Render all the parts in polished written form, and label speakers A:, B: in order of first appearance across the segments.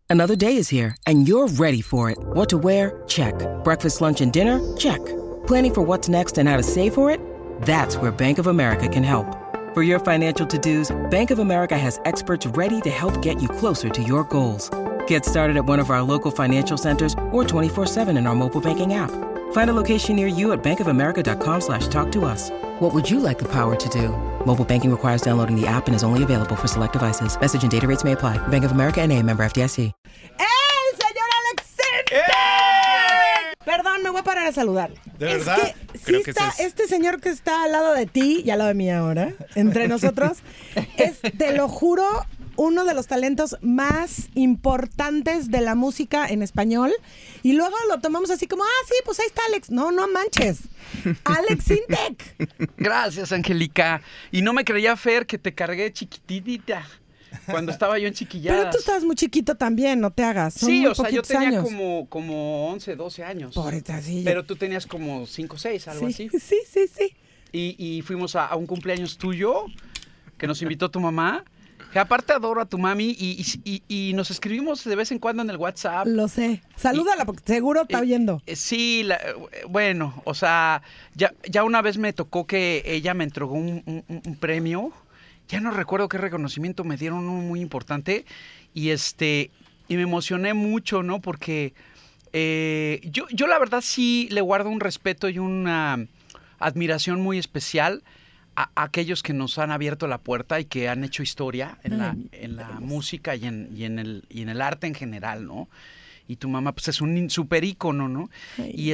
A: Another day is here, and you're ready for it. What to wear? Check. Breakfast, lunch, and dinner? Check. Planning for what's next and how to save for it? That's where Bank of America can help. For your financial to-dos, Bank of America has experts ready to help get you closer to your goals. Get started at one of our local financial centers or 24/7 in our mobile banking app. Find a location near you at bankofamerica.com/talktous. What would you like the power to do? Mobile banking requires downloading the app and is only available for select devices. Message and data rates may apply. Bank of America N.A., member FDIC.
B: ¡El señor Alex Sintek! Perdón, me voy a parar a saludar.
C: ¿De verdad?
B: Que
C: Creo
B: sí
C: que
B: está, este señor que está al lado de ti y al lado de mí ahora, entre nosotros, es, te lo juro, uno de los talentos más importantes de la música en español. Y luego lo tomamos así como, sí, pues ahí está Alex. No manches. Alex Sintek.
D: Gracias, Angélica. Y no me creía, Fer, que te cargué chiquitita cuando estaba yo en Chiquilladas.
B: Pero tú estabas muy chiquito también, no te hagas. Son
D: sí,
B: muy
D: o sea, yo tenía
B: años.
D: como 11, 12 años.
B: Pobrecita, sí.
D: Pero tú tenías como 5, 6, algo así.
B: Sí.
D: Y fuimos a un cumpleaños tuyo que nos invitó tu mamá. Que aparte adoro a tu mami y nos escribimos de vez en cuando en el WhatsApp.
B: Lo sé. Salúdala porque seguro está oyendo.
D: Sí, bueno, o sea, ya una vez me tocó que ella me entregó un premio. Ya no recuerdo qué reconocimiento me dieron, uno muy importante. Y me emocioné mucho, ¿no? Porque yo la verdad sí le guardo un respeto y una admiración muy especial a aquellos que nos han abierto la puerta y que han hecho historia en la música y en el arte en general, ¿no? Y tu mamá pues es un super ícono, ¿no? Ay.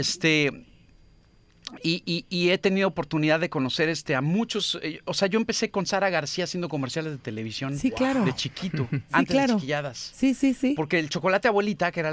D: Y he tenido oportunidad de conocer a muchos, o sea, yo empecé con Sara García haciendo comerciales de televisión.
B: Sí, claro.
D: De chiquito,
B: sí,
D: antes
B: claro.
D: de Chiquilladas.
B: Sí.
D: Porque el chocolate abuelita, que era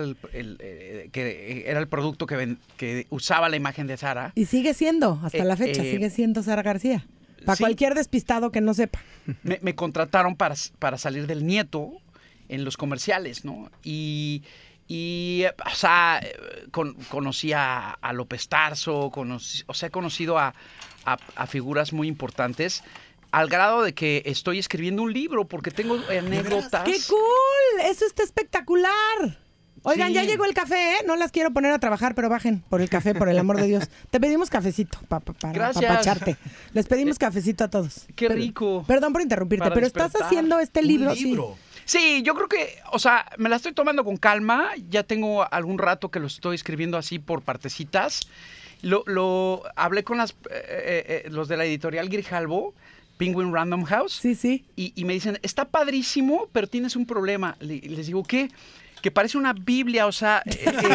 D: el producto que usaba la imagen de Sara.
B: Y sigue siendo, hasta la fecha, sigue siendo Sara García. Para cualquier despistado que no sepa.
D: Me contrataron para salir del nieto en los comerciales, ¿no? Y o sea, conocí a López Tarso, he conocido a figuras muy importantes, al grado de que estoy escribiendo un libro porque tengo anécdotas.
B: ¡Qué cool! Eso está espectacular. Oigan,
D: Sí.
B: ya llegó el café, ¿eh? No las quiero poner a trabajar, pero bajen por el café, por el amor de Dios. Te pedimos cafecito para apacharte. Les pedimos cafecito a todos.
D: ¡Qué rico!
B: Perdón por interrumpirte,
D: Para
B: pero
D: despertar.
B: estás haciendo este libro.
C: Un libro.
D: Sí, yo creo que, o sea, me la estoy tomando con calma. Ya tengo algún rato que lo estoy escribiendo así por partecitas. Hablé con los de la editorial Grijalbo, Penguin Random House.
B: Sí.
D: Y me dicen, está padrísimo, pero tienes un problema. Les digo, ¿qué? Que parece una Biblia, o sea...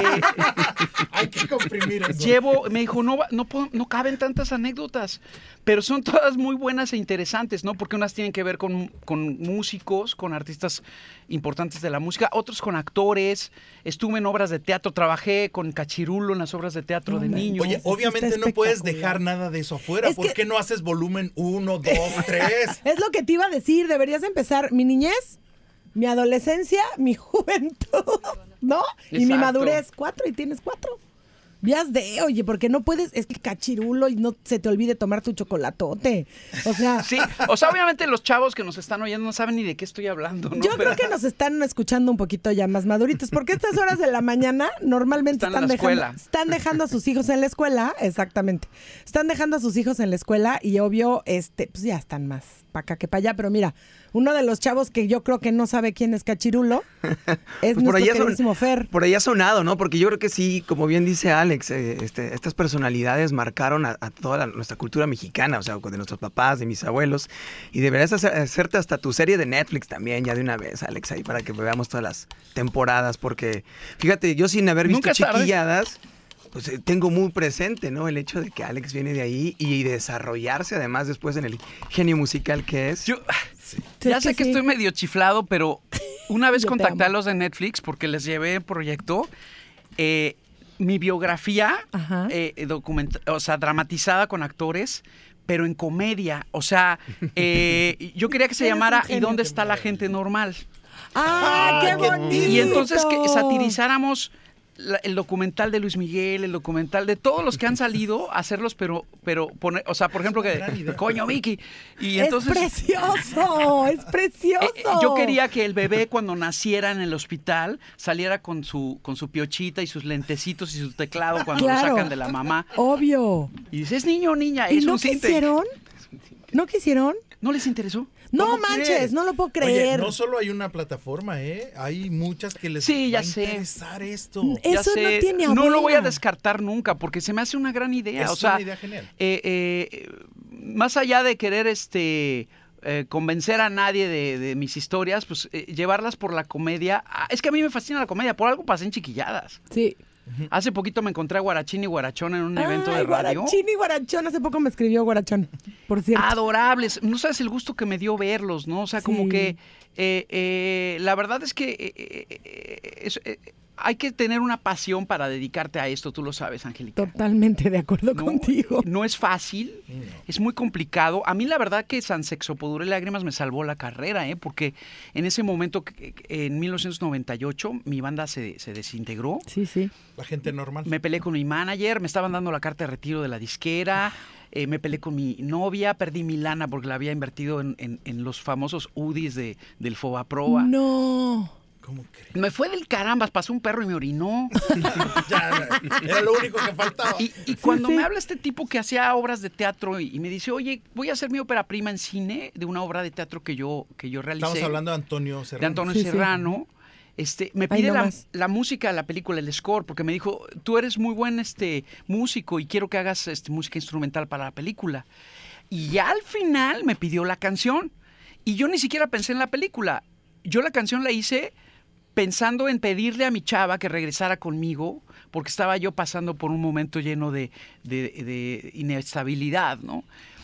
C: Hay que comprimir eso.
D: Me dijo, no caben tantas anécdotas, pero son todas muy buenas e interesantes, ¿no? Porque unas tienen que ver con músicos, con artistas importantes de la música, otros con actores. Estuve en obras de teatro, trabajé con Cachirulo en las obras de teatro de niños.
C: Oye, obviamente no puedes dejar nada de eso afuera. ¿Por qué no haces volumen 1, 2, 3?
B: Es lo que te iba a decir, deberías empezar mi niñez, mi adolescencia, mi juventud, ¿no? Y mi madurez, 4 y tienes 4. Vías de, oye, porque no puedes, es que Cachirulo y no se te olvide tomar tu chocolatote. O sea...
D: Sí, o sea, obviamente los chavos que nos están oyendo no saben ni de qué estoy hablando, ¿no?
B: Yo creo que nos están escuchando un poquito ya más maduritos, porque estas horas de la mañana normalmente están dejando a sus hijos en la escuela, exactamente. Están dejando a sus hijos en la escuela y obvio, pues ya están más para acá que para allá, pero mira, uno de los chavos que yo creo que no sabe quién es Cachirulo es pues nuestro queridísimo Fer.
E: Por ahí ha sonado, ¿no? Porque yo creo que sí, como bien dice Alex, estas personalidades marcaron a toda nuestra cultura mexicana, o sea, de nuestros papás, de mis abuelos, y deberías hacerte hasta tu serie de Netflix también, ya de una vez, Alex, ahí para que veamos todas las temporadas, porque fíjate, yo sin haber visto Chiquilladas, pues tengo muy presente, ¿no? El hecho de que Alex viene de ahí y desarrollarse además después en el genio musical que es.
D: Ya sé que estoy medio chiflado, pero una vez contacté a los de Netflix porque les llevé el proyecto. Mi biografía, dramatizada con actores, pero en comedia. O sea, yo quería que se llamara ¿Y dónde está la gente normal?
B: ¡Ah, qué bonito!
D: Y entonces que satirizáramos el documental de Luis Miguel, el documental de todos los que han salido, hacerlos, pero poner, o sea, por ejemplo, que coño, Vicky. Y entonces,
B: es precioso.
D: Yo quería que el bebé cuando naciera en el hospital saliera con su piochita y sus lentecitos y su teclado cuando lo sacan de la mamá.
B: Obvio.
D: Y dices, niño o niña,
B: ¿Y
D: es
B: no
D: un cinte.
B: quisieron? ¿No quisieron?
D: ¿No les interesó?
B: No manches, no lo puedo creer.
C: Oye, no solo hay una plataforma, hay muchas que les va a interesar esto.
B: Eso no tiene abuela.
D: No lo voy a descartar nunca porque se me hace una gran idea.
C: Es una idea genial.
D: Más allá de querer convencer a nadie de mis historias, pues llevarlas por la comedia. Es que a mí me fascina la comedia, por algo pasé en Chiquilladas.
B: Sí.
D: Hace poquito me encontré a Guarachín y Guarachón en un evento de radio.
B: Guarachín y Guarachón, hace poco me escribió Guarachón, por cierto.
D: Adorables. No sabes el gusto que me dio verlos, ¿no? O sea, como que la verdad es que hay que tener una pasión para dedicarte a esto, tú lo sabes, Angélica.
B: Totalmente de acuerdo contigo.
D: No es fácil, es muy complicado. A mí la verdad que San Sexo, Pudor y Lágrimas me salvó la carrera, porque en ese momento, en 1998, mi banda se desintegró.
B: Sí, sí.
C: La gente normal.
D: Me peleé con mi manager, me estaban dando la carta de retiro de la disquera, me peleé con mi novia, perdí mi lana porque la había invertido en los famosos UDIs del Fobaproa.
B: No.
C: ¿Cómo crees?
D: Me fue del carambas, pasó un perro y me orinó.
C: Ya, era lo único que faltaba.
D: Y cuando me habla este tipo que hacía obras de teatro y me dice, oye, voy a hacer mi ópera prima en cine de una obra de teatro que yo realicé.
C: Estamos hablando de Antonio Serrano.
D: De Antonio Serrano. Me pide la música de la película, el score, porque me dijo, tú eres muy buen músico y quiero que hagas música instrumental para la película. Y ya al final me pidió la canción. Y yo ni siquiera pensé en la película. Yo la canción la hice pensando en pedirle a mi chava que regresara conmigo, porque estaba yo pasando por un momento lleno de inestabilidad, ¿no?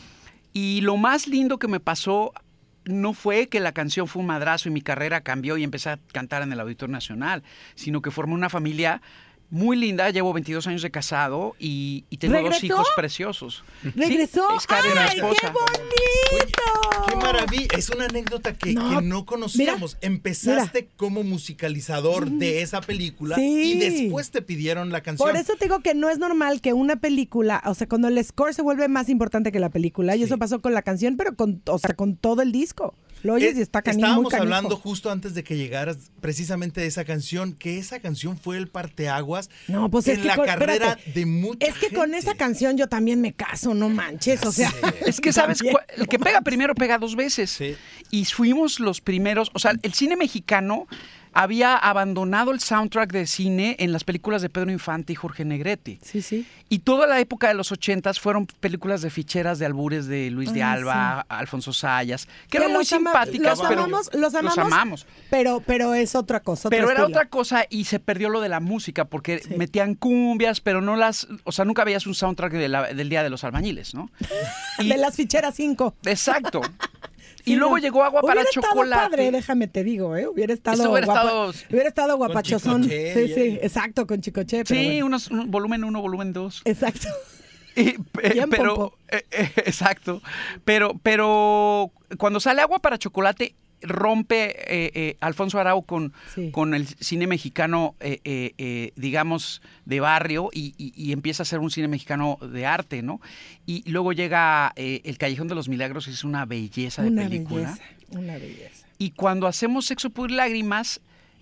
D: Y lo más lindo que me pasó no fue que la canción fue un madrazo y mi carrera cambió y empecé a cantar en el Auditorio Nacional, sino que formé una familia muy linda. Llevo 22 años de casado y tengo dos hijos preciosos.
B: ¿Regresó?
D: Sí, es Karen, mi esposa.
B: ¡Qué bonito!
C: Oye, ¡qué maravilla! Es una anécdota que no conocíamos. Empezaste como musicalizador de esa película y después te pidieron la canción.
B: Por eso te digo que no es normal que una película, o sea, cuando el score se vuelve más importante que la película, y eso pasó con la canción, pero con todo el disco. Lo oyes y está canijo.
C: Estábamos hablando justo antes de que llegaras precisamente de esa canción, que esa canción fue el parteaguas en la carrera de mucha gente.
B: Es que con esa canción yo también me caso, no manches, o sea.
D: Es que, ¿sabes? El que pega primero pega dos veces. Sí. Y fuimos los primeros, o sea, el cine mexicano había abandonado el soundtrack de cine en las películas de Pedro Infante y Jorge Negrete.
B: Sí, sí.
D: Y toda la época de los 80s fueron películas de ficheras de albures de Luis de Alba, Alfonso Sayas, que eran muy simpáticas, pero
B: los amamos. Pero es otra cosa.
D: Pero era otra cosa y se perdió lo de la música porque metían cumbias, pero no o sea, nunca veías un soundtrack del Día de los Albañiles, ¿no?
B: De las ficheras 5.
D: Exacto. Y luego llegó Agua para Chocolate.
B: Hubiera estado padre, déjame te digo, Hubiera estado guapachosón. Sí, exacto, con Chicoche.
D: Sí, bueno. Un volumen 1, volumen 2.
B: Exacto.
D: Exacto. Pero cuando sale Agua para Chocolate, rompe Alfonso Arau con el cine mexicano, digamos, de barrio y empieza a hacer un cine mexicano de arte, ¿no? Y luego llega El Callejón de los Milagros, que es una belleza de película.
B: Una belleza.
D: Y cuando hacemos Sexo, Pudor y Lágrimas,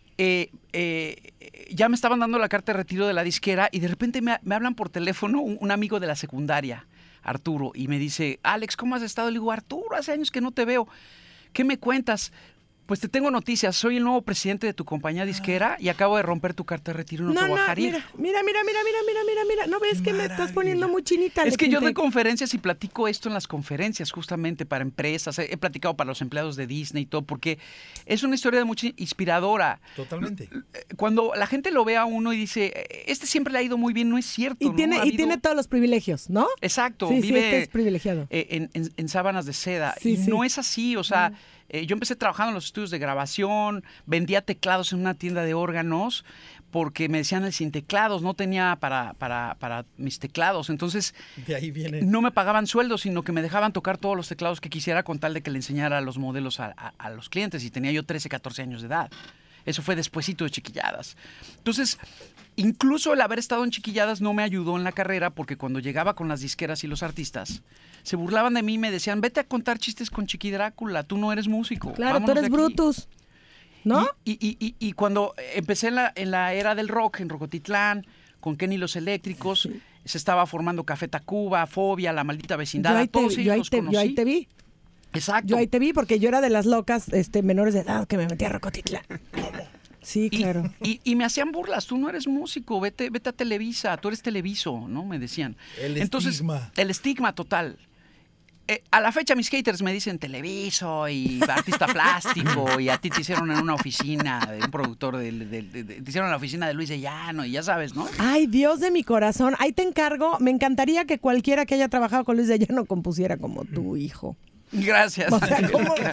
D: ya me estaban dando la carta de retiro de la disquera y de repente me hablan por teléfono un amigo de la secundaria, Arturo, y me dice, Alex, ¿cómo has estado? Le digo, Arturo, hace años que no te veo. ¿Qué me cuentas? Pues te tengo noticias. Soy el nuevo presidente de tu compañía disquera y acabo de romper tu carta de retiro. No te voy a dejar ir.
B: Mira. ¿No ves que me estás poniendo muy chinita?
D: Es que yo doy conferencias y platico esto en las conferencias justamente para empresas. He platicado para los empleados de Disney y todo porque es una historia de mucha inspiradora.
C: Totalmente.
D: Cuando la gente lo ve a uno y dice, siempre le ha ido muy bien, no es cierto.
B: Y tiene todos los privilegios, ¿no?
D: Exacto.
B: Vive es privilegiado.
D: En sábanas de seda. No es así, o sea... yo empecé trabajando en los estudios de grabación, vendía teclados en una tienda de órganos porque me decían sin teclados, no tenía para mis teclados. Entonces,
C: de ahí viene.
D: No me pagaban sueldos, sino que me dejaban tocar todos los teclados que quisiera con tal de que le enseñara los modelos a los clientes. Y tenía yo 13, 14 años de edad. Eso fue despuesito de Chiquilladas. Entonces, incluso el haber estado en Chiquilladas no me ayudó en la carrera, porque cuando llegaba con las disqueras y los artistas, se burlaban de mí y me decían, vete a contar chistes con Chiqui Drácula, tú no eres músico.
B: Claro, tú eres Brutus, ¿no?
D: Y cuando empecé en la era del rock, en Rocotitlán, con Kenny Los Eléctricos, se estaba formando Café Tacuba, Fobia, La Maldita Vecindad,
B: yo ahí te vi.
D: Exacto.
B: Yo ahí te vi porque yo era de las locas menores de edad que me metía a Rocotitlán. Sí, claro.
D: Y me hacían burlas, tú no eres músico, vete a Televisa, tú eres Televiso, ¿no? Me decían.
C: El
D: estigma total. A la fecha mis haters me dicen Televiso y artista plástico, y a ti te hicieron en una oficina de un productor, te hicieron en la oficina de Luis de Llano, y ya sabes, ¿no?
B: Ay, Dios de mi corazón, ahí te encargo, me encantaría que cualquiera que haya trabajado con Luis de Llano compusiera como tu hijo.
D: Gracias.
B: O sea,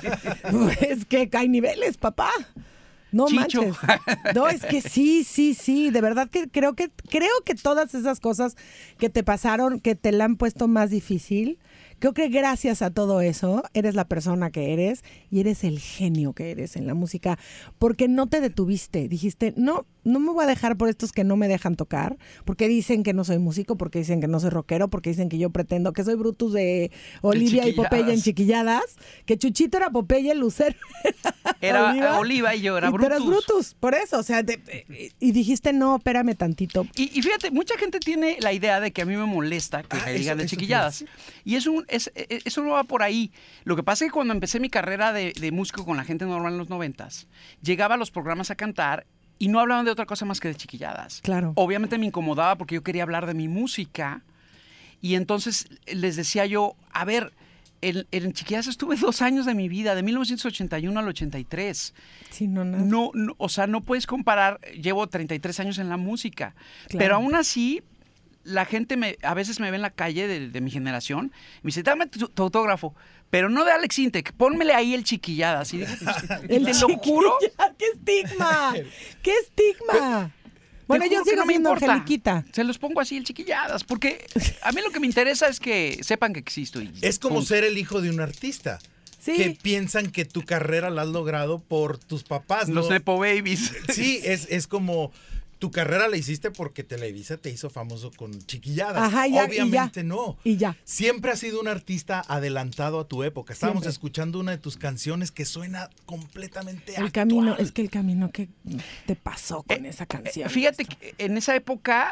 B: es que hay niveles, papá. No
D: Chicho.
B: Manches. No, es que sí, de verdad que creo que todas esas cosas que te pasaron, que te la han puesto más difícil, creo que gracias a todo eso eres la persona que eres y eres el genio que eres en la música, porque no te detuviste, dijiste, no me voy a dejar por estos que no me dejan tocar, porque dicen que no soy músico, porque dicen que no soy rockero, porque dicen que yo pretendo que soy Brutus de Olivia y Popeye en Chiquilladas, que Chuchito era Popeye, Lucero
D: era Oliva y yo era Brutus.
B: Tú eras Brutus, por eso, o sea, y dijiste, no, espérame tantito.
D: Y fíjate, mucha gente tiene la idea de que a mí me molesta que me digan de Chiquilladas, y eso no va por ahí. Lo que pasa es que cuando empecé mi carrera de músico con la gente normal en los 90s, llegaba a los programas a cantar y no hablaban de otra cosa más que de Chiquilladas.
B: Claro.
D: Obviamente me incomodaba porque yo quería hablar de mi música, y entonces les decía yo, a ver, en Chiquilladas estuve 2 años de mi vida, de 1981 al 83.
B: Sí, nada.
D: No, o sea, no puedes comparar, llevo 33 años en la música,
B: Claro.
D: pero aún así la gente a veces me ve en la calle de mi generación, me dice, dame tu autógrafo, pero no de Alex Intec, pónmele ahí el Chiquilladas. Y digo,
B: El
D: te lo juro.
B: ¡Qué estigma! ¡Qué estigma! Bueno, yo sigo siendo Angeliquita.
D: Se los pongo así el Chiquilladas, porque a mí lo que me interesa es que sepan que existo.
C: Es como ser el hijo de un artista.
B: Sí.
C: Que piensan que tu carrera la has logrado por tus papás, ¿no?
D: Los Nepo Babies.
C: Sí, es como tu carrera la hiciste porque Televisa te hizo famoso con Chiquilladas.
B: Ajá, ya,
C: Obviamente
B: y ya.
C: no.
B: Y ya.
C: Siempre has sido un artista adelantado a tu época. Estábamos
B: Siempre.
C: escuchando una de tus canciones que suena completamente
B: El
C: actual.
B: camino, es que el camino que te pasó con esa canción.
D: Fíjate que en esa época,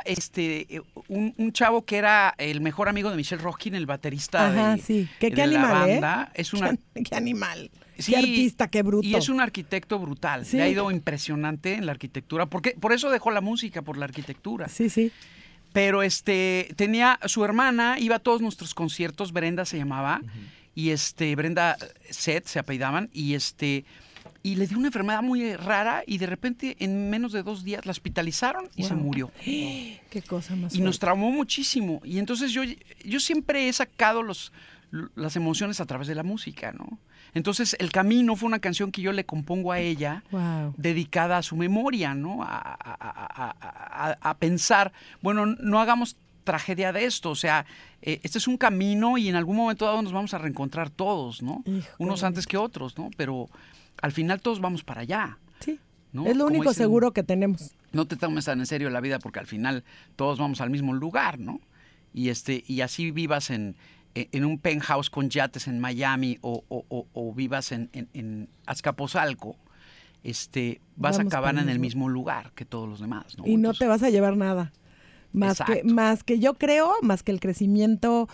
D: un chavo que era el mejor amigo de Michelle Rockin, el baterista
B: Ajá, sí. ¿Qué
D: de
B: animal,
D: la banda, es una...
B: ¿Qué animal?
D: Sí,
B: qué artista, qué bruto.
D: Y es un arquitecto brutal.
B: Sí.
D: Le ha ido impresionante en la arquitectura. Por eso dejó la música, por la arquitectura.
B: Sí, sí.
D: Pero tenía su hermana, iba a todos nuestros conciertos, Brenda se llamaba, y Brenda Seth se apellidaban, y le dio una enfermedad muy rara, y de repente en menos de 2 días la hospitalizaron y se murió.
B: Qué cosa más
D: Y nos traumó muchísimo. Y entonces yo siempre he sacado las emociones a través de la música, ¿no? Entonces, El Camino fue una canción que yo le compongo a ella, dedicada a su memoria, ¿no? A pensar, bueno, no hagamos tragedia de esto, o sea, este es un camino y en algún momento dado nos vamos a reencontrar todos, ¿no?
B: Híjole.
D: Unos antes que otros, ¿no? Pero al final todos vamos para allá.
B: Sí.
D: ¿No?
B: Es lo
D: Como
B: único
D: dicen,
B: seguro que tenemos.
D: No te tomes tan en serio la vida porque al final todos vamos al mismo lugar, ¿no? Y así vivas en un penthouse con yates en Miami o vivas en Azcapotzalco, vas a acabar en el mismo lugar que todos los demás, ¿no?
B: Y no te vas a llevar nada. Más que yo creo, más que el crecimiento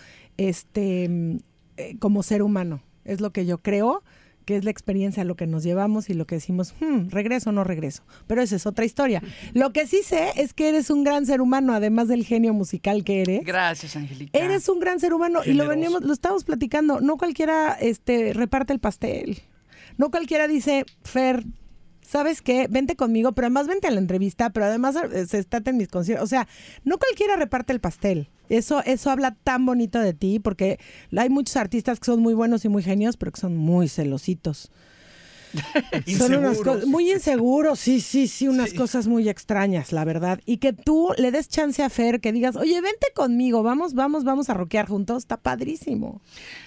B: como ser humano. Es lo que yo creo, que es la experiencia, lo que nos llevamos y lo que decimos, regreso o no regreso. Pero esa es otra historia. Lo que sí sé es que eres un gran ser humano, además del genio musical que eres.
D: Gracias, Angélica.
B: Eres un gran ser humano.
C: Generoso.
B: Y lo estábamos platicando. No cualquiera reparte el pastel. No cualquiera dice, Fer, ¿sabes qué? Vente conmigo, pero además vente a la entrevista, pero además estate en mis conciertos. O sea, no cualquiera reparte el pastel. Eso habla tan bonito de ti, porque hay muchos artistas que son muy buenos y muy genios, pero que son muy celositos. Son unas cosas muy inseguros, sí, unas cosas muy extrañas, la verdad. Y que tú le des chance a Fer, que digas, oye, vente conmigo, vamos a rockear juntos, está padrísimo.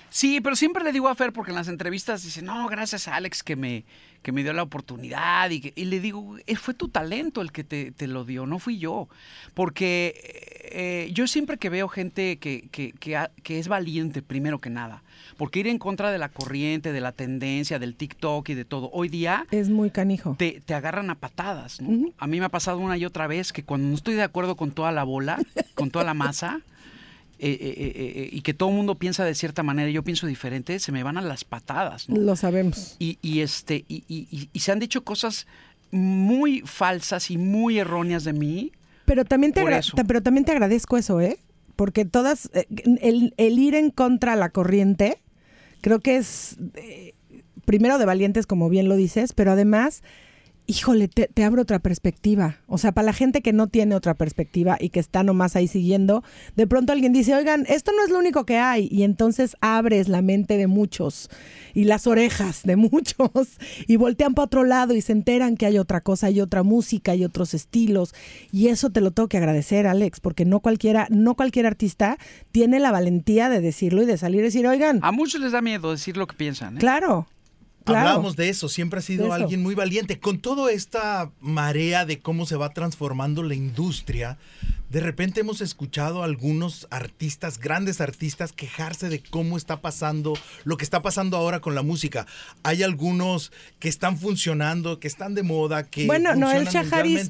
D: Sí, pero siempre le digo a Fer, porque en las entrevistas dice, no, gracias a Alex que me dio la oportunidad. Y le digo, fue tu talento el que te lo dio, no fui yo. Porque yo siempre que veo gente que es valiente, primero que nada, porque ir en contra de la corriente, de la tendencia, del TikTok y de todo, hoy día...
B: Es muy canijo.
D: Te agarran a patadas, ¿no? A mí me ha pasado una y otra vez que cuando no estoy de acuerdo con toda la bola, con toda la masa... y que todo el mundo piensa de cierta manera y yo pienso diferente, se me van a las patadas, ¿no?
B: Lo sabemos.
D: Y se han dicho cosas muy falsas y muy erróneas de mí.
B: Pero también te agradezco eso, ¿eh? Porque todas, el ir en contra de la corriente, creo que es primero de valientes, como bien lo dices, pero además... Híjole, te abro otra perspectiva. O sea, para la gente que no tiene otra perspectiva y que está nomás ahí siguiendo, de pronto alguien dice, oigan, esto no es lo único que hay. Y entonces abres la mente de muchos y las orejas de muchos y voltean para otro lado y se enteran que hay otra cosa, hay otra música, hay otros estilos. Y eso te lo tengo que agradecer, Alex, porque no cualquier artista tiene la valentía de decirlo y de salir y decir, oigan.
D: A muchos les da miedo decir lo que piensan, ¿eh?
B: Claro.
C: Hablábamos de eso, siempre ha sido alguien muy valiente. Con toda esta marea de cómo se va transformando la industria, de repente hemos escuchado a algunos artistas, grandes artistas, quejarse de cómo está pasando, lo que está pasando ahora con la música. Hay algunos que están funcionando, que están de moda, que
B: bueno, Noel Shaharis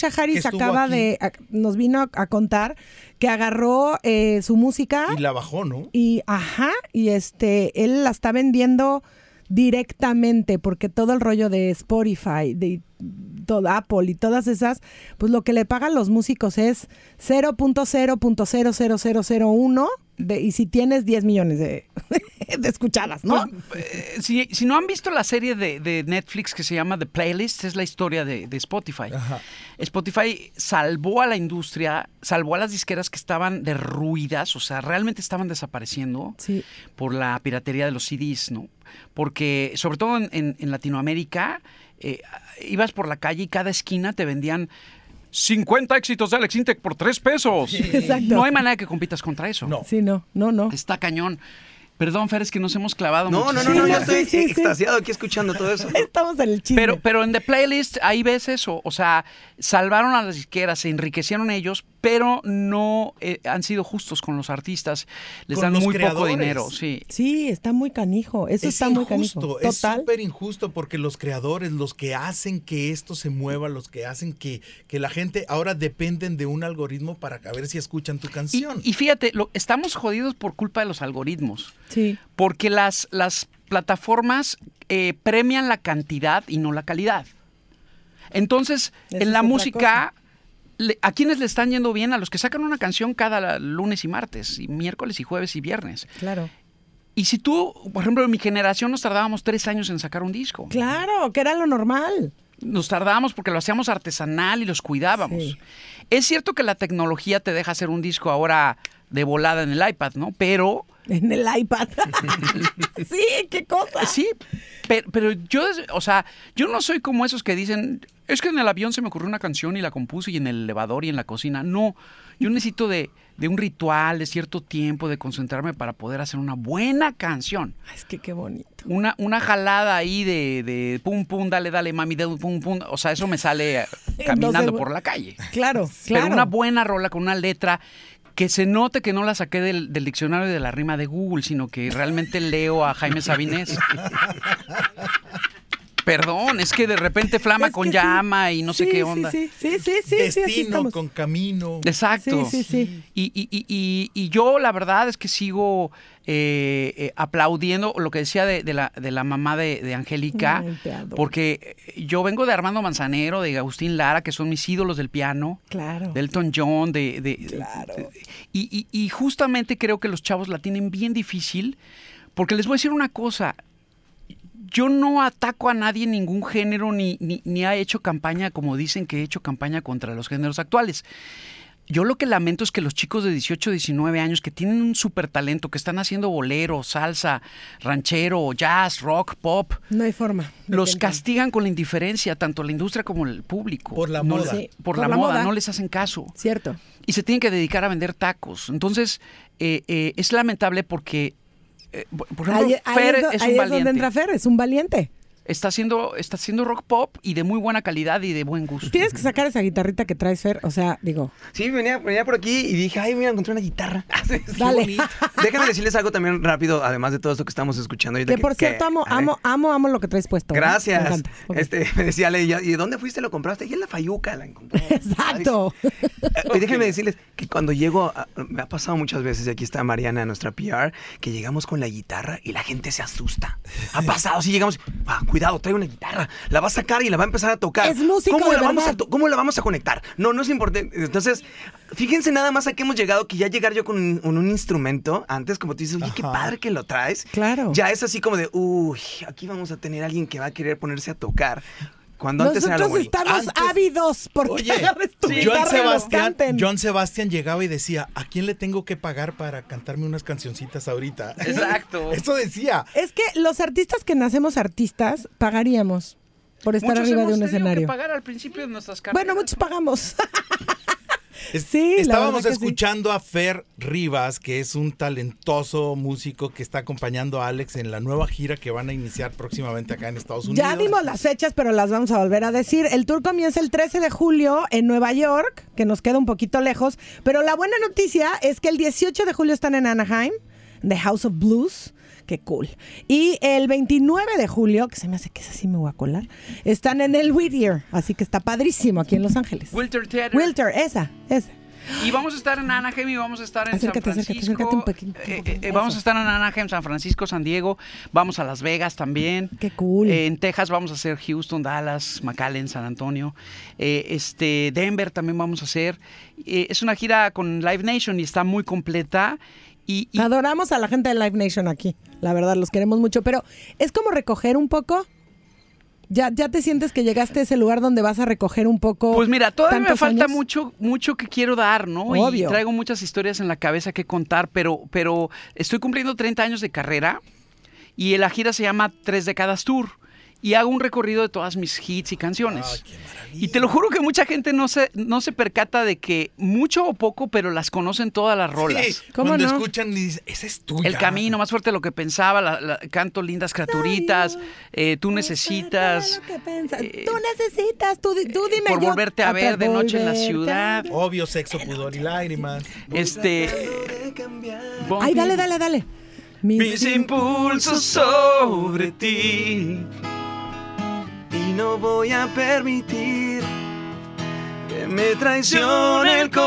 B: nos vino a contar que agarró su música.
C: Y la bajó, ¿no?
B: Y él la está vendiendo directamente, porque todo el rollo de Spotify, de todo Apple y todas esas, pues lo que le pagan los músicos es 0.00001 y si tienes 10 millones de escuchadas, ¿no?
D: Pues, si no han visto la serie de Netflix que se llama The Playlist, es la historia de Spotify.
C: Ajá.
D: Spotify salvó a la industria, salvó a las disqueras que estaban derruidas, o sea, realmente estaban desapareciendo por la piratería de los CDs, ¿no? Porque, sobre todo en Latinoamérica, ibas por la calle y cada esquina te vendían 50 éxitos de Alex Intec por $3.
B: Sí. Exacto.
D: No hay manera que compitas contra eso.
C: No.
B: Sí, no.
D: Está cañón. Perdón, Fer, es que nos hemos clavado mucho.
E: No, yo estoy extasiado aquí escuchando todo eso.
B: Estamos en el chisme.
D: Pero en The Playlist ahí ves eso, o sea, salvaron a las disqueras, se enriquecieron ellos, pero no han sido justos con los artistas, les dan muy poco dinero.
B: Sí, está muy canijo, está muy canijo.
C: Es súper injusto porque los creadores, los que hacen que esto se mueva, los que hacen que la gente ahora dependen de un algoritmo para ver si escuchan tu canción.
D: Y fíjate, estamos jodidos por culpa de los algoritmos.
B: Sí.
D: Porque las plataformas premian la cantidad y no la calidad. Entonces, en la música, ¿a quiénes le están yendo bien? A los que sacan una canción cada lunes y martes, y miércoles y jueves y viernes.
B: Claro.
D: Y si tú, por ejemplo, en mi generación nos tardábamos 3 años en sacar un disco.
B: Claro, que era lo normal.
D: Nos tardábamos porque lo hacíamos artesanal y los cuidábamos. Sí. Es cierto que la tecnología te deja hacer un disco ahora de volada en el iPad, ¿no? Pero...
B: En el iPad. Sí, qué cosa.
D: Sí, pero yo no soy como esos que dicen, es que en el avión se me ocurrió una canción y la compuse y en el elevador y en la cocina. No, yo necesito de un ritual, de cierto tiempo, de concentrarme para poder hacer una buena canción.
B: Es que qué bonito.
D: Una jalada ahí de pum, pum, dale, mami, pum, pum. O sea, eso me sale caminando por la calle.
B: Claro.
D: Pero una buena rola con una letra que se note que no la saqué del diccionario de la rima de Google, sino que realmente leo a Jaime Sabines. Perdón, es que de repente flama con llama y no sé qué onda.
B: Sí.
C: Destino con camino.
D: Exacto.
B: Sí.
D: Y yo la verdad es que sigo aplaudiendo lo que decía de la mamá de Angélica, porque yo vengo de Armando Manzanero, de Agustín Lara, que son mis ídolos del piano,
B: claro,
D: de Elton John,
B: claro.
D: Y justamente creo que los chavos la tienen bien difícil, porque les voy a decir una cosa. Yo no ataco a nadie en ningún género, ni he hecho campaña, como dicen que he hecho campaña contra los géneros actuales. Yo lo que lamento es que los chicos de 18, 19 años que tienen un súper talento, que están haciendo bolero, salsa, ranchero, jazz, rock, pop.
B: No hay forma.
D: Los castigan con la indiferencia, tanto la industria como el público.
C: Por la moda.
B: Sí,
D: por la moda, no les hacen caso.
B: Cierto.
D: Y se tienen que dedicar a vender tacos. Entonces, es lamentable porque por ejemplo, Fer es un valiente.
B: Ahí es donde entra Fer, es un valiente.
D: Está haciendo rock pop y de muy buena calidad y de buen gusto.
B: Tienes que sacar esa guitarrita que traes, Fer. O sea, digo.
E: Sí, venía por aquí y dije, ay, mira, encontré una guitarra.
B: Dale.
E: Déjame decirles algo también rápido, además de todo esto que estamos escuchando.
B: Que por cierto, amo lo que traes puesto.
E: Gracias.
B: Me encanta. Okay.
E: Me decía Ale, ¿y dónde fuiste? ¿Lo compraste? Y en la Fayuca la encontré.
B: Exacto.
E: Y déjenme decirles que cuando llego, me ha pasado muchas veces, y aquí está Mariana, nuestra PR, que llegamos con la guitarra y la gente se asusta. Ha pasado, sí llegamos, cuidado, trae una guitarra, la va a sacar y la va a empezar a tocar.
B: Es músico,
E: ¿Cómo la vamos a conectar? No es importante. Entonces, fíjense nada más a qué hemos llegado, que ya llegar yo con un instrumento, antes como tú dices, oye, qué padre que lo traes.
B: Claro.
E: Ya es así como de, aquí vamos a tener a alguien que va a querer ponerse a tocar. Cuando antes era lo bonito.
B: Nosotros estamos ávidos porque agarres tu guitarra y nos canten.
C: John Sebastián llegaba y decía, ¿a quién le tengo que pagar para cantarme unas cancioncitas ahorita?
D: Exacto.
C: Eso decía.
B: Es que los artistas que nacemos artistas pagaríamos por estar arriba de un escenario.
D: Que pagar al principio de nuestras carreras.
B: Bueno, muchos pagamos.
C: Sí, estábamos escuchando a Fer Rivas, que es un talentoso músico que está acompañando a Alex en la nueva gira que van a iniciar próximamente acá en Estados Unidos.
B: Ya dimos las fechas, pero las vamos a volver a decir. El tour comienza el 13 de julio en Nueva York, que nos queda un poquito lejos, pero la buena noticia es que el 18 de julio están en Anaheim, The House of Blues. Qué cool. Y el 29 de julio, que se me hace que esa sí me voy a colar, están en el Whittier, así que está padrísimo aquí en Los Ángeles.
D: Wilter Theater.
B: Wilter, esa.
D: Y vamos a estar en Anaheim y vamos a estar en San Francisco.
B: Acércate un poquito.
D: Vamos a estar en Anaheim, San Francisco, San Diego. Vamos a Las Vegas también.
B: Qué cool.
D: En Texas vamos a hacer Houston, Dallas, McAllen, San Antonio. Denver también vamos a hacer. Es una gira con Live Nation y está muy completa. Y
B: adoramos a la gente de Live Nation aquí, la verdad, los queremos mucho, pero es como recoger un poco. ¿Ya te sientes que llegaste a ese lugar donde vas a recoger un poco?
D: Pues mira, todavía me falta
B: mucho
D: que quiero dar, ¿no?
B: Obvio.
D: Y traigo muchas historias en la cabeza que contar, pero estoy cumpliendo 30 años de carrera y la gira se llama 3 Décadas Tour. Y hago un recorrido de todas mis hits y canciones.
C: ¡Ay, qué maravilla!
D: Y te lo juro que mucha gente no se percata de que mucho o poco, pero las conocen todas las rolas.
C: Sí, cuando escuchan y dicen, esa es tuya.
D: El camino, más fuerte de lo que pensaba, canto lindas criaturitas, tú necesitas.
B: Tú necesitas, tú dime
D: por
B: yo.
D: volverte a ver de noche en la ciudad.
C: Obvio, sexo, pudor y lágrimas.
B: Ay, dale.
E: Mis impulsos sobre ti y no voy a permitir que me traicione el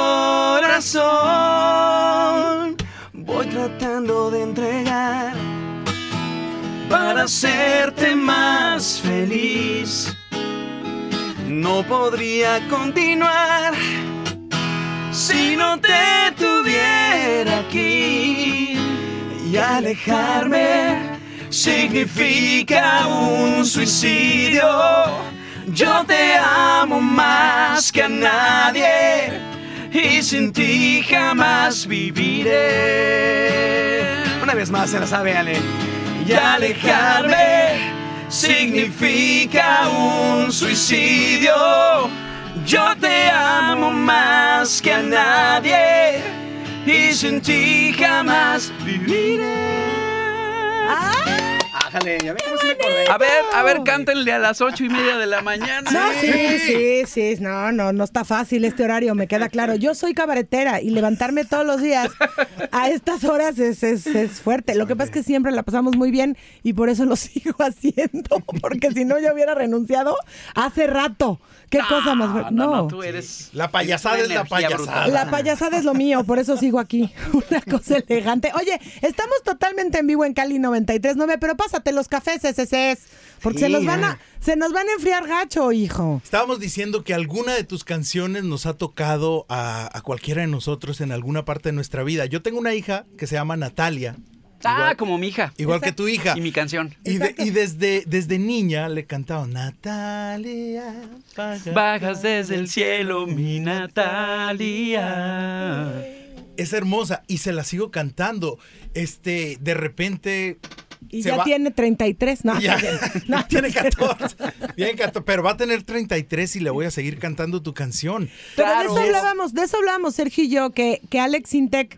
E: corazón. Voy tratando de entregar para hacerte más feliz. No podría continuar si no te tuviera aquí. Y alejarme significa un suicidio. Yo te amo más que a nadie y sin ti jamás viviré. Una vez más se la sabe, Ale. Y alejarme significa un suicidio. Yo te amo más que a nadie y sin ti jamás viviré. Ájale, ya ves cómo se me acordé.
D: A ver, cántenle a las 8:30 de la mañana.
B: No, sí. No está fácil este horario, me queda claro. Yo soy cabaretera y levantarme todos los días a estas horas es fuerte. Lo que pasa es que siempre la pasamos muy bien y por eso lo sigo haciendo, porque si no yo hubiera renunciado hace rato. ¿Qué cosa más fuerte?
D: No, tú eres...
C: La payasada es la payasada.
D: Brutal.
B: La payasada es lo mío, por eso sigo aquí. Una cosa elegante. Oye, estamos totalmente en vivo en Cali 93.9, pero pásate los cafés SSS, porque se nos van a enfriar gacho, hijo.
C: Estábamos diciendo que alguna de tus canciones nos ha tocado a cualquiera de nosotros en alguna parte de nuestra vida. Yo tengo una hija que se llama Natalia.
D: Igual, como mi hija.
C: Igual que tu hija.
D: Y mi canción.
C: Y desde niña le cantaba Natalia.
D: Bajas desde el cielo, mi Natalia.
C: Es hermosa y se la sigo cantando. De repente...
B: Y ya tiene 33, ¿no?
C: Ya, no, tiene 14. Bien, pero va a tener 33 y le voy a seguir cantando tu canción.
B: Pero claro. de eso hablábamos, Sergio y yo, que Alex Sintek,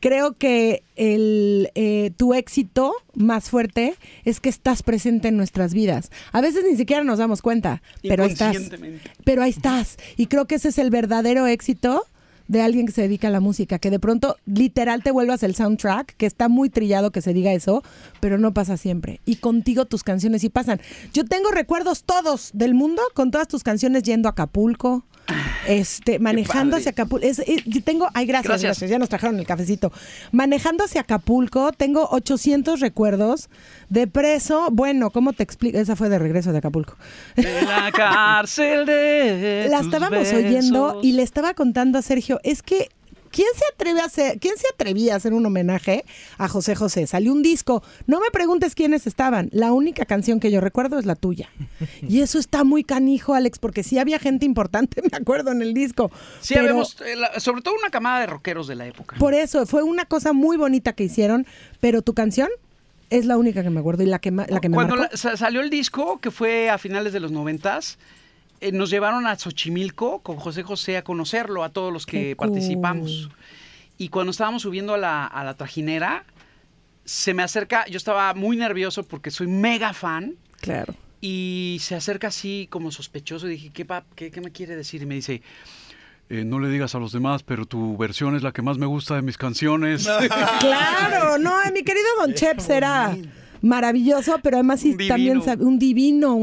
B: creo que tu éxito más fuerte es que estás presente en nuestras vidas. A veces ni siquiera nos damos cuenta, pero ahí estás. Pero ahí estás. Y creo que ese es el verdadero éxito de alguien que se dedica a la música, que de pronto literal te vuelvas el soundtrack, que está muy trillado que se diga eso, pero no pasa siempre. Y contigo tus canciones sí pasan. Yo tengo recuerdos todos del mundo con todas tus canciones yendo a Acapulco, manejando hacia Acapulco. Gracias. Ya nos trajeron el cafecito. Manejando hacia Acapulco, tengo 800 recuerdos de preso. Bueno, ¿cómo te explico? Esa fue de regreso de Acapulco.
D: De la cárcel de
B: La estábamos oyendo y le estaba contando a Sergio, es que ¿quién se atrevía a hacer un homenaje a José José? Salió un disco. No me preguntes quiénes estaban. La única canción que yo recuerdo es la tuya. Y eso está muy canijo, Alex, porque sí había gente importante, me acuerdo, en el disco.
D: Sí, habíamos, sobre todo una camada de rockeros de la época.
B: Por eso, fue una cosa muy bonita que hicieron, pero tu canción es la única que me acuerdo y la que me
D: Cuando
B: marcó.
D: Salió el disco, que fue a finales de los 90s, nos llevaron a Xochimilco con José José a conocerlo, a todos los que participamos. Y cuando estábamos subiendo a la trajinera, se me acerca, yo estaba muy nervioso porque soy mega fan.
B: Claro.
D: Y se acerca así como sospechoso y dije, ¿qué me quiere decir? Y me dice, no le digas a los demás, pero tu versión es la que más me gusta de mis canciones.
B: Claro, no, mi querido Don Cheps era maravilloso, pero además sí también un divino,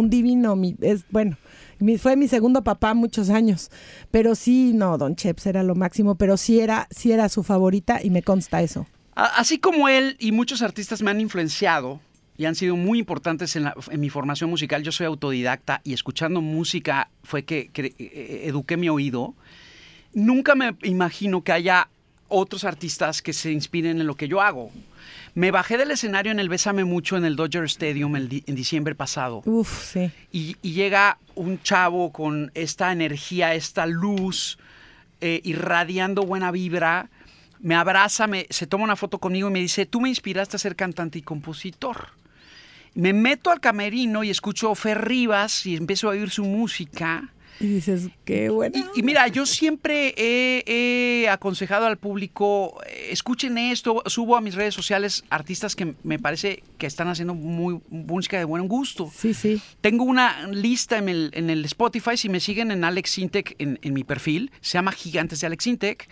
B: fue mi segundo papá muchos años, pero sí, no, Don Cheps era lo máximo, pero sí era su favorita y me consta eso.
D: Así como él y muchos artistas me han influenciado y han sido muy importantes en mi formación musical, yo soy autodidacta y escuchando música fue que eduqué mi oído. Nunca me imagino que haya otros artistas que se inspiren en lo que yo hago. Me bajé del escenario en el Bésame Mucho en el Dodger Stadium en diciembre pasado.
B: Uf, sí.
D: Y llega un chavo con esta energía, esta luz, irradiando buena vibra. Me abraza, se toma una foto conmigo y me dice, tú me inspiraste a ser cantante y compositor. Me meto al camerino y escucho a Fer Rivas y empiezo a oír su música.
B: Y dices, qué bueno.
D: Y mira, yo siempre he aconsejado al público, escuchen esto, subo a mis redes sociales artistas que me parece que están haciendo música de buen gusto.
B: Sí, sí.
D: Tengo una lista en el Spotify, si me siguen en Alex Sintek en mi perfil, se llama Gigantes de Alex Sintek,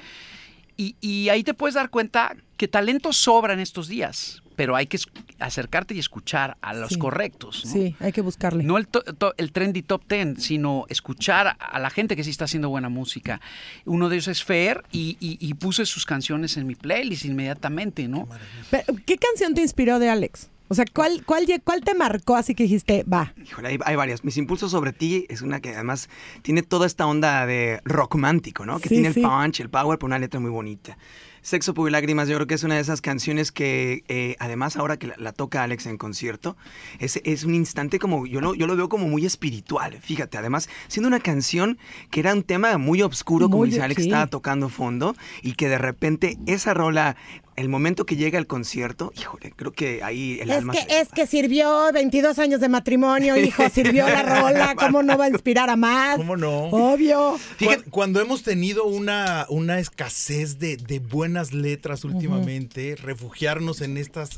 D: y ahí te puedes dar cuenta que talento sobra en estos días, pero hay que acercarte y escuchar a los correctos, ¿no?
B: Sí, hay que buscarle.
D: No el trendy top 10, sino escuchar a la gente que sí está haciendo buena música. Uno de ellos es Fer y puse sus canciones en mi playlist inmediatamente, ¿no?
B: Pero, ¿qué canción te inspiró de Alex? O sea, ¿cuál te marcó así que dijiste, va?
E: Híjole, hay varias. Mis impulsos sobre ti es una que además tiene toda esta onda de romántico, ¿no? Que tiene el punch, el power, pero una letra muy bonita. Sexo, Pudor y Lágrimas, yo creo que es una de esas canciones que además ahora que la toca Alex en concierto, es un instante como, yo lo veo como muy espiritual, fíjate, además siendo una canción que era un tema muy oscuro, como dice Alex, estaba tocando fondo, y que de repente esa rola, el momento que llega el concierto, híjole, creo que ahí el alma
B: es que sirvió 22 años de matrimonio, hijo, sirvió la rola, ¿cómo no va a inspirar a más?
C: ¿Cómo no?
B: Obvio.
C: Cuando hemos tenido una escasez de buenas letras últimamente, refugiarnos en estas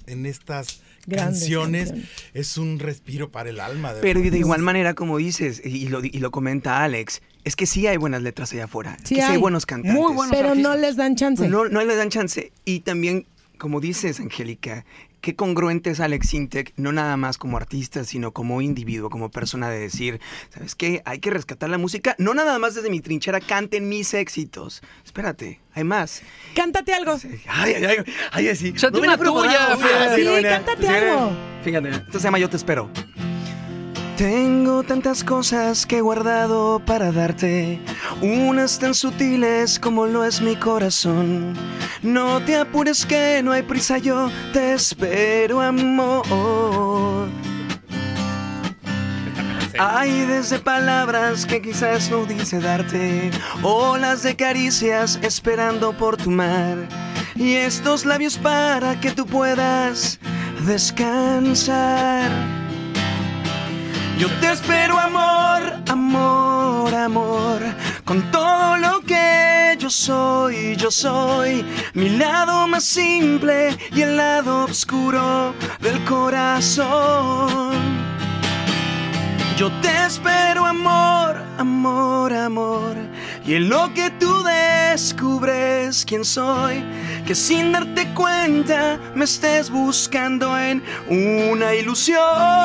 C: canciones es un respiro para el alma.
E: Pero de igual manera, como dices, y lo comenta Alex, es que sí hay buenas letras allá afuera, sí hay buenos cantantes.
B: Muy buenos pero artistas. No les dan chance.
E: No les dan chance. Y también, como dices, Angélica, qué congruente es Alex Sintek, no nada más como artista, sino como individuo, como persona, de decir, ¿sabes qué? Hay que rescatar la música, no nada más desde mi trinchera, canten mis éxitos. Espérate, hay más.
B: Cántate algo.
E: Ay, así.
D: Échate una tuya.
B: Sí, cántate algo.
E: Fíjate, esto se llama Yo Te Espero. Tengo tantas cosas que he guardado para darte, unas tan sutiles como lo es mi corazón. No te apures que no hay prisa, yo te espero, amor. Hay desde palabras que quizás no dice darte, olas de caricias esperando por tu mar, y estos labios para que tú puedas descansar. Yo te espero, amor, amor, amor, con todo lo que yo soy mi lado más simple y el lado oscuro del corazón. Yo te espero, amor, amor, amor, y en lo que tú descubres quién soy, que sin darte cuenta me estés buscando en una ilusión.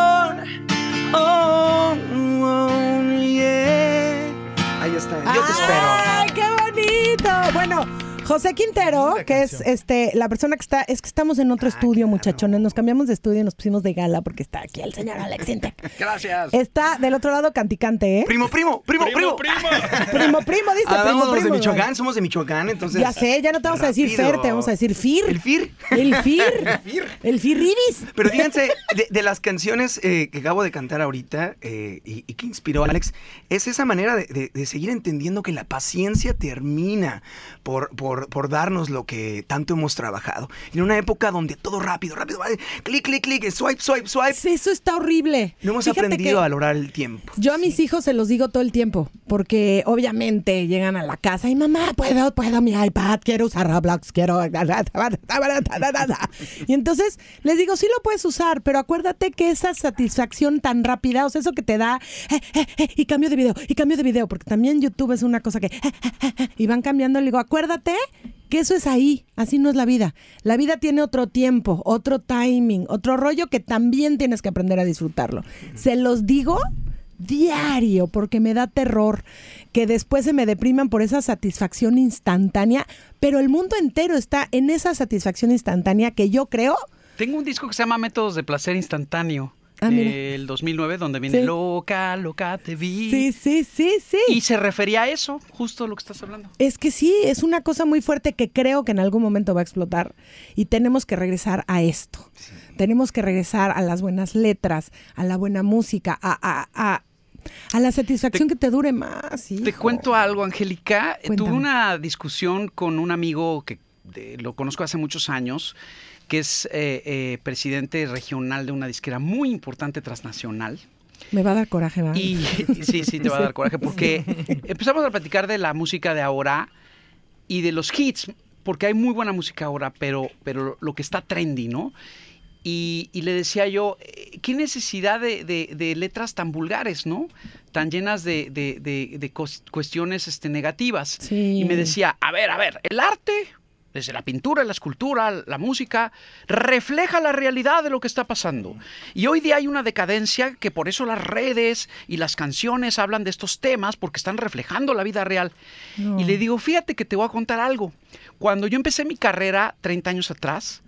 E: Oh, oh, yeah. Ahí está, yo te espero.
B: ¡Ay, qué bonito! Bueno, José Quintero, que es la persona que está, es que estamos en otro estudio, claro, muchachones. Nos cambiamos de estudio y nos pusimos de gala porque está aquí el señor Alex Intec.
D: Gracias.
B: Está del otro lado Canticante, ¿eh?
E: Primo.
B: Primo, dice.
E: Somos de
B: primo,
E: Michoacán, somos de Michoacán, entonces.
B: Ya sé, ya no te vamos a decir Fer, te vamos a decir Fir.
E: ¿El Fir?
B: El Firriris.
E: Pero fíjense, de las canciones que acabo de cantar ahorita y que inspiró a Alex, es esa manera de seguir entendiendo que la paciencia termina por darnos lo que tanto hemos trabajado. En una época donde todo rápido, clic, swipe.
B: Sí, eso está horrible.
E: No hemos aprendido a valorar el tiempo.
B: Yo a mis hijos se los digo todo el tiempo, porque obviamente llegan a la casa y mamá, puedo mi iPad, quiero usar Roblox, quiero... Y entonces les digo, sí lo puedes usar, pero acuérdate que esa satisfacción tan rápida, o sea, eso que te da, y cambio de video, porque también YouTube es una cosa que, y van cambiando, le digo, acuérdate que eso es ahí, así no es la vida. La vida tiene otro tiempo, otro timing, otro rollo que también tienes que aprender a disfrutarlo. Se los digo diario porque me da terror que después se me depriman por esa satisfacción instantánea, pero el mundo entero está en esa satisfacción instantánea que yo creo...
D: Tengo un disco que se llama Métodos de Placer Instantáneo. El 2009, donde viene loca, te vi.
B: Sí.
D: Y se refería a eso, justo lo que estás hablando.
B: Es que sí, es una cosa muy fuerte que creo que en algún momento va a explotar y tenemos que regresar a esto. Sí. Tenemos que regresar a las buenas letras, a la buena música, a la satisfacción que te dure más. Hijo.
D: Te cuento algo, Angélica.
B: Cuéntame.
D: Tuve una discusión con un amigo que lo conozco hace muchos años, que es presidente regional de una disquera muy importante transnacional.
B: Me va a dar coraje, ¿verdad?
D: Y sí, te va a dar coraje, porque empezamos a platicar de la música de ahora y de los hits, porque hay muy buena música ahora, pero lo que está trendy, ¿no? Y le decía yo, ¿qué necesidad de letras tan vulgares, ¿no? Tan llenas de cuestiones negativas.
B: Sí.
D: Y me decía, a ver, el arte... Desde la pintura, la escultura, la música, refleja la realidad de lo que está pasando. Y hoy día hay una decadencia que por eso las redes y las canciones hablan de estos temas, porque están reflejando la vida real. No. Y le digo, fíjate que te voy a contar algo. Cuando yo empecé mi carrera 30 años atrás,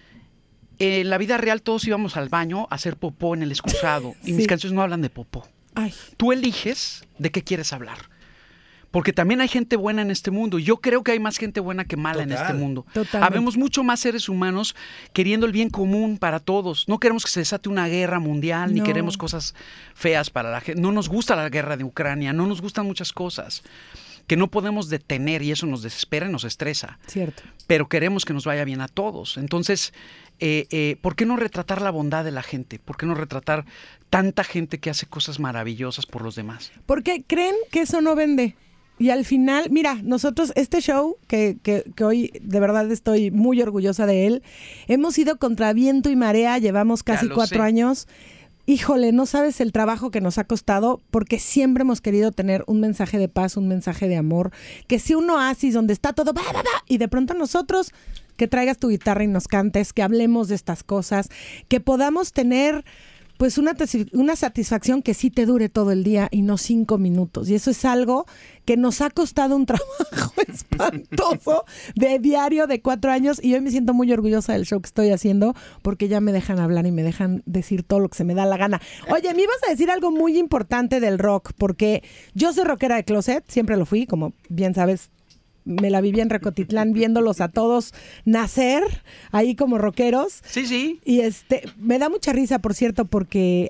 D: en la vida real todos íbamos al baño a hacer popó en el excusado. Y mis canciones no hablan de popó.
B: Ay.
D: Tú eliges de qué quieres hablar. Porque también hay gente buena en este mundo. Yo creo que hay más gente buena que mala en este mundo. Habemos mucho más seres humanos queriendo el bien común para todos. No queremos que se desate una guerra mundial, ni queremos cosas feas para la gente. No nos gusta la guerra de Ucrania, no nos gustan muchas cosas que no podemos detener y eso nos desespera y nos estresa.
B: Cierto.
D: Pero queremos que nos vaya bien a todos. Entonces, ¿por qué no retratar la bondad de la gente? ¿Por qué no retratar tanta gente que hace cosas maravillosas por los demás?
B: Porque creen que eso no vende. Y al final, mira, nosotros, este show, que hoy de verdad estoy muy orgullosa de él, hemos ido contra viento y marea, llevamos casi 4 años. Híjole, no sabes el trabajo que nos ha costado, porque siempre hemos querido tener un mensaje de paz, un mensaje de amor, que sea un oasis donde está todo, y de pronto nosotros, que traigas tu guitarra y nos cantes, que hablemos de estas cosas, que podamos tener... pues una satisfacción que sí te dure todo el día y no 5 minutos. Y eso es algo que nos ha costado un trabajo espantoso de diario de 4 años. Y hoy me siento muy orgullosa del show que estoy haciendo porque ya me dejan hablar y me dejan decir todo lo que se me da la gana. Oye, me ibas a decir algo muy importante del rock, porque yo soy rockera de closet, siempre lo fui, como bien sabes. Me la viví en Recotitlán viéndolos a todos nacer ahí como rockeros.
D: Sí.
B: Y me da mucha risa, por cierto, porque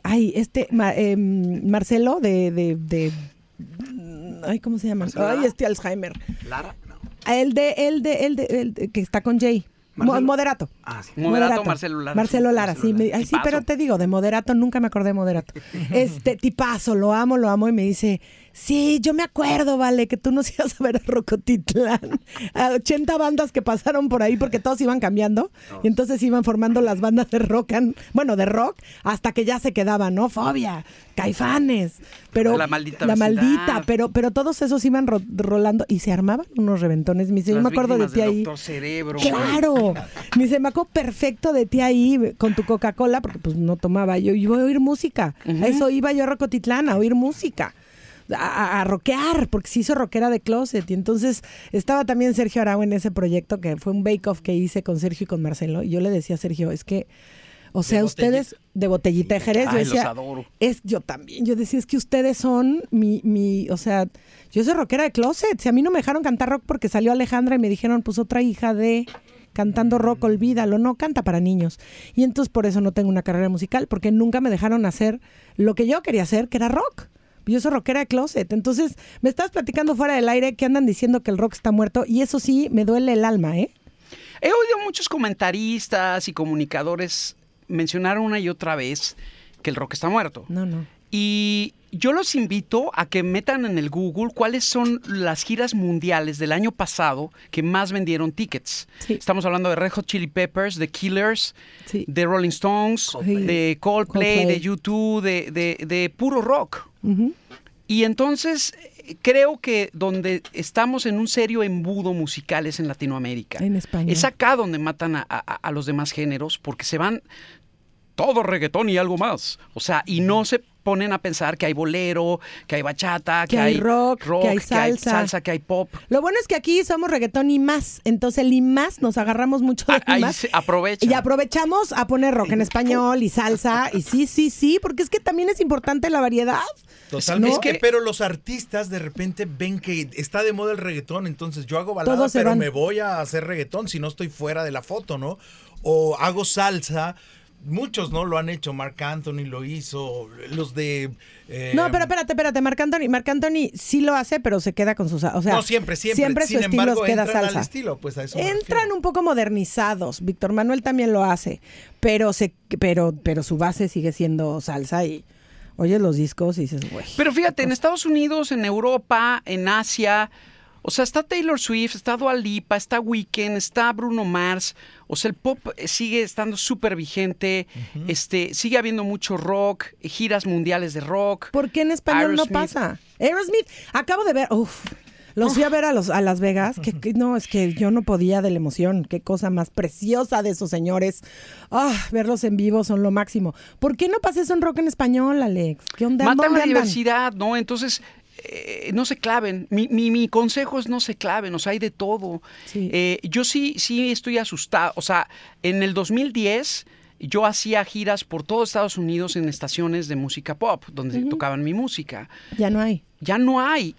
B: Marcelo ay, ¿cómo se llama?
E: Marcelo
B: Ay, Alzheimer.
E: Lara, no.
B: El que está con Jay. Moderato.
D: Ah, sí. Moderato, Marcelo Lara.
B: Marcelo Lara, sí. Sí, pero te digo, de Moderato, nunca me acordé de Moderato. Tipazo, lo amo, y me dice, Sí, yo me acuerdo, Vale, que tú nos ibas a ver a Rocotitlán. A 80 bandas que pasaron por ahí porque todos iban cambiando. Y entonces iban formando las bandas de rock, de rock, hasta que ya se quedaban, ¿no? Fobia, Caifanes. Pero
D: La Maldita
B: La
D: Vecindad.
B: Maldita, pero todos esos iban rolando y se armaban unos reventones. Me dice, yo me acuerdo de ti ahí.
D: Doctor Cerebro.
B: ¡Claro! Me dice, me acuerdo perfecto de ti ahí con tu Coca-Cola, porque pues no tomaba. Yo iba a oír música. A eso iba yo a Rocotitlán, a oír música. A rockear, porque se hizo rockera de closet. Y entonces estaba también Sergio Arau en ese proyecto, que fue un bake-off que hice con Sergio y con Marcelo. Y yo le decía a Sergio, es que, o sea, ustedes de Botellita de Jerez, yo decía,
D: los adoro.
B: yo también, yo decía, es que ustedes son o sea, yo soy rockera de closet. Si a mí no me dejaron cantar rock porque salió Alejandra y me dijeron, pues otra hija de cantando rock, olvídalo, no, canta para niños. Y entonces por eso no tengo una carrera musical, porque nunca me dejaron hacer lo que yo quería hacer, que era rock. Yo soy rockera de closet. Entonces, me estabas platicando fuera del aire que andan diciendo que el rock está muerto y eso sí, me duele el alma, ¿eh?
D: He oído muchos comentaristas y comunicadores mencionar una y otra vez que el rock está muerto.
B: No.
D: Y yo los invito a que metan en el Google cuáles son las giras mundiales del año pasado que más vendieron tickets.
B: Sí.
D: Estamos hablando de Red Hot Chili Peppers, de Killers,
B: Sí.
D: de Rolling Stones, de Coldplay, de U2, de puro rock.
B: Uh-huh.
D: Y entonces creo que donde estamos en un serio embudo musical es en Latinoamérica.
B: En España.
D: Es acá donde matan a los demás géneros porque se van todo reggaetón y algo más. O sea, y no se ponen a pensar que hay bolero, que hay bachata,
B: que hay rock, que hay salsa,
D: que hay pop.
B: Lo bueno es que aquí somos reggaetón y más. Entonces el y más nos agarramos mucho de
D: Ahí
B: más.
D: se aprovecha.
B: Y aprovechamos a poner rock en español y salsa. Y sí, porque es que también es importante la variedad.
C: Totalmente. Pero los artistas de repente ven que está de moda el reggaetón, entonces yo hago balada, pero me voy a hacer reggaetón si no estoy fuera de la foto, ¿no? O hago salsa. Muchos no lo han hecho, Marc Anthony lo hizo, los de...
B: No, pero espérate, Marc Anthony sí lo hace, pero se queda con sus... O sea,
C: no, siempre.
B: Sin
C: Sin
B: estilo
C: embargo,
B: queda
C: entran
B: salsa.
C: al estilo, pues a eso
B: Entran un poco modernizados. Víctor Manuel también lo hace, pero su base sigue siendo salsa y oyes los discos y dices, güey.
D: Pero fíjate, en Estados Unidos, en Europa, en Asia... O sea, está Taylor Swift, está Dua Lipa, está Weeknd, está Bruno Mars. O sea, el pop sigue estando súper vigente. Sigue habiendo mucho rock, giras mundiales de rock.
B: ¿Por qué en español
D: Aerosmith.
B: no pasa? Aerosmith, acabo de ver... Los fui a ver a Las Vegas. No, es que yo no podía de la emoción. Qué cosa más preciosa de esos señores. Verlos en vivo son lo máximo. ¿Por qué no pasa eso en rock en español, Alex? ¿Qué onda?
D: Matan
B: ¿Dónde
D: la
B: andan?
D: diversidad, ¿no? Entonces... no se claven. Mi consejo es no se claven, o sea, hay de todo.
B: Sí.
D: Yo sí estoy asustado. O sea, en el 2010 yo hacía giras por todo Estados Unidos en estaciones de música pop, donde tocaban mi música.
B: Ya no hay.
D: Ya no hay.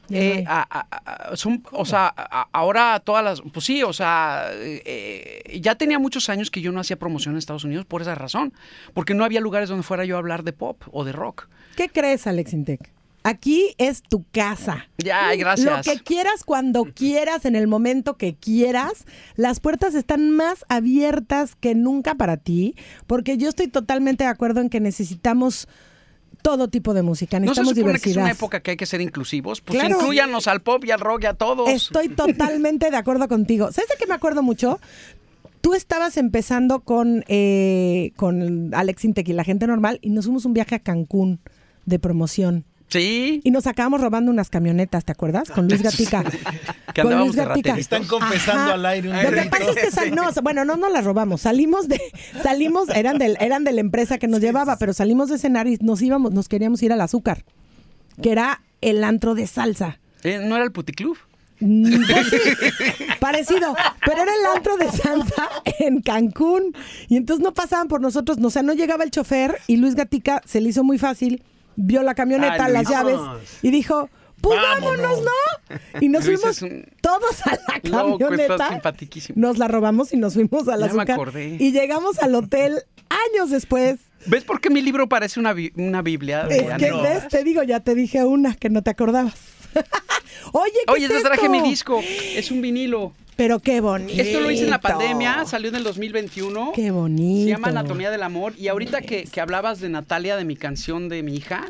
D: Ahora todas las... Pues sí, o sea, ya tenía muchos años que yo no hacía promoción en Estados Unidos por esa razón. Porque no había lugares donde fuera yo a hablar de pop o de rock.
B: ¿Qué crees, Alex Intec? Aquí es tu casa.
D: Ya, gracias.
B: Lo que quieras, cuando quieras, en el momento que quieras. Las puertas están más abiertas que nunca para ti, porque yo estoy totalmente de acuerdo en que necesitamos todo tipo de música. Necesitamos
D: ¿No se supone
B: diversidad.
D: que es una época que hay que ser inclusivos? Pues
B: Claro.
D: inclúyanos al pop y al rock y a todos.
B: Estoy totalmente de acuerdo contigo. ¿Sabes de qué me acuerdo mucho? Tú estabas empezando con Alex Intec y la gente normal y nos fuimos un viaje a Cancún de promoción.
D: Sí.
B: Y nos acabamos robando unas camionetas, ¿te acuerdas? Con Luis Gatica.
D: Que andábamos de rateritos.
C: Están confesando al aire un
B: Lo que
C: delito.
B: pasa es que no las robamos. Salimos, eran de la empresa que nos llevaba, pero salimos de cenar y nos queríamos ir al Azúcar, que era el antro de salsa.
D: ¿No era el puticlub?
B: Pues sí, parecido, pero era el antro de salsa en Cancún. Y entonces no pasaban por nosotros, o sea, no llegaba el chofer y Luis Gatica se le hizo muy fácil. Vio la camioneta, las llaves y dijo, pues vámonos, ¿no? Y nos
D: Luis
B: fuimos todos a la camioneta.
D: Loco, está simpaticísimo.
B: Nos la robamos y nos fuimos al
D: Ya me
B: Azúcar.
D: acordé.
B: Y llegamos al hotel años después.
D: ¿Ves por qué mi libro parece una Biblia?
B: Es que,
D: No.
B: ¿ves? Te digo, ya te dije una que no te acordabas. Oye,
D: te traje mi disco. Es un vinilo.
B: Pero qué bonito.
D: Esto lo hice en la pandemia, salió en el 2021.
B: Qué bonito.
D: Se llama Anatomía del Amor. Y ahorita que hablabas de Natalia, de mi canción de mi hija,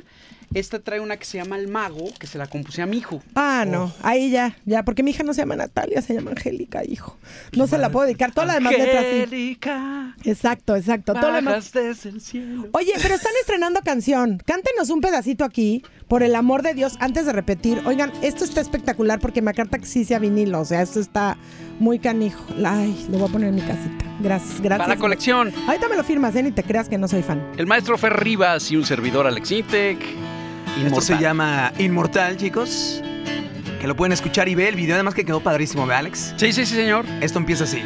D: Esta trae una que se llama El Mago, que se la compuse a mi hijo.
B: Ah, no, ahí ya, porque mi hija no se llama Natalia, se llama Angélica, hijo. No se la puedo dedicar, toda la demás letra sí.
D: Angélica.
B: Exacto, todo lo demás.
D: Desde el cielo.
B: Oye, pero están estrenando canción. Cántenos un pedacito aquí, por el amor de Dios, antes de repetir. Oigan, esto está espectacular porque me acarta que sí sea vinilo, o sea, esto está muy canijo. Ay, lo voy a poner en mi casita. Gracias.
D: Para la colección.
B: Ahorita me lo firmas, ni te creas que no soy fan.
D: El maestro Fer Rivas y un servidor Alex Intec.
E: Esto se llama Inmortal, chicos. Que lo pueden escuchar y ver el video, además que quedó padrísimo, ¿ve, Alex?
D: Sí, señor.
E: Esto empieza así.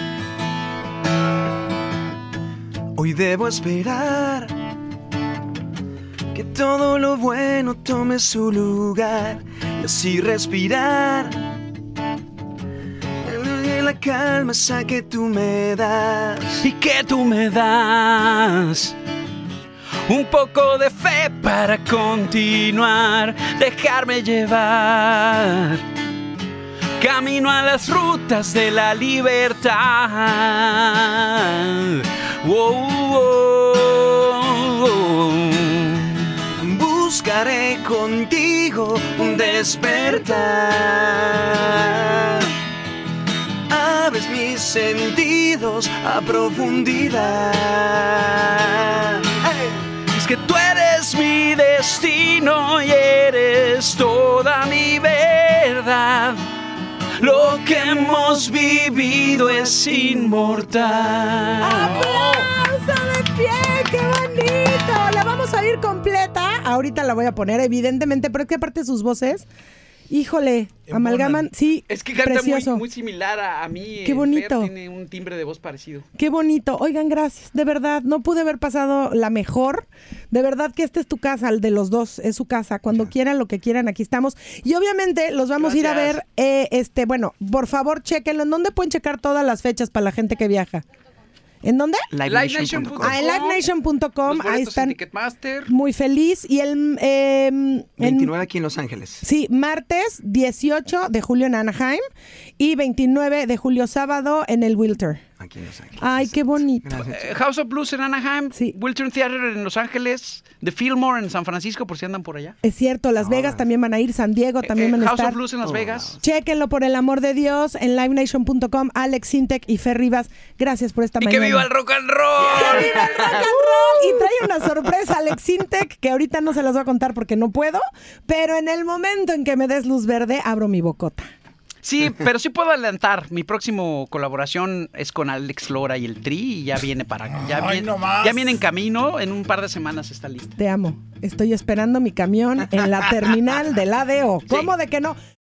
E: Hoy debo esperar que todo lo bueno tome su lugar y así respirar en la calma esa que tú me das.
D: Y que tú me das un poco de fe para continuar, dejarme llevar camino a las rutas de la libertad.
E: Buscaré contigo un despertar. Abres mis sentidos a profundidad.
D: Es que tú eres mi destino y eres toda mi verdad. Lo que hemos vivido es inmortal.
B: ¡Aplauso de pie! ¡Qué bonito! La vamos a ir completa. Ahorita la voy a poner, evidentemente, pero es que aparte sus voces, híjole, amalgaman, sí,
D: es que canta
B: precioso.
D: muy similar a mí.
B: Qué bonito.
D: Fer tiene un timbre de voz parecido.
B: Qué bonito. Oigan, gracias. De verdad, no pude haber pasado la mejor. De verdad que esta es tu casa, el de los dos, es su casa. Cuando quieran, lo que quieran, aquí estamos. Y obviamente los vamos a ir a ver. Bueno, por favor, chéquenlo. ¿En dónde pueden checar todas las fechas para la gente que viaja? ¿En dónde?
E: LiveNation.com.
B: En LiveNation.com. Ahí están.
D: Ticketmaster.
B: Muy feliz. Y el
E: 29 aquí en Los Ángeles.
B: Sí, martes 18 de julio en Anaheim y 29 de julio sábado en el Wilter.
E: Aquí en Los Ángeles.
B: Ay, qué bonito.
D: House of Blues en Anaheim,
B: sí.
D: Wiltern Theater en Los Ángeles, The Fillmore en San Francisco, por si andan por allá.
B: Es cierto, Las Vegas también van a ir, San Diego también van a
D: House
B: estar.
D: of Blues en Las Vegas.
B: Chéquenlo, por el amor de Dios, en livenation.com. Alex Intec y Fer Rivas, gracias por esta mañana.
D: ¡Y que viva el rock and roll!
B: ¡Que viva el rock and roll! Y trae una sorpresa, Alex Intec, que ahorita no se las voy a contar porque no puedo, pero en el momento en que me des luz verde, abro mi bocota.
D: Sí, pero sí puedo adelantar. Mi próximo colaboración es con Alex Lora y el Tri y ya viene ya viene en camino. En un par de semanas está lista.
B: Te amo. Estoy esperando mi camión en la terminal del ADO. ¿Cómo de que no?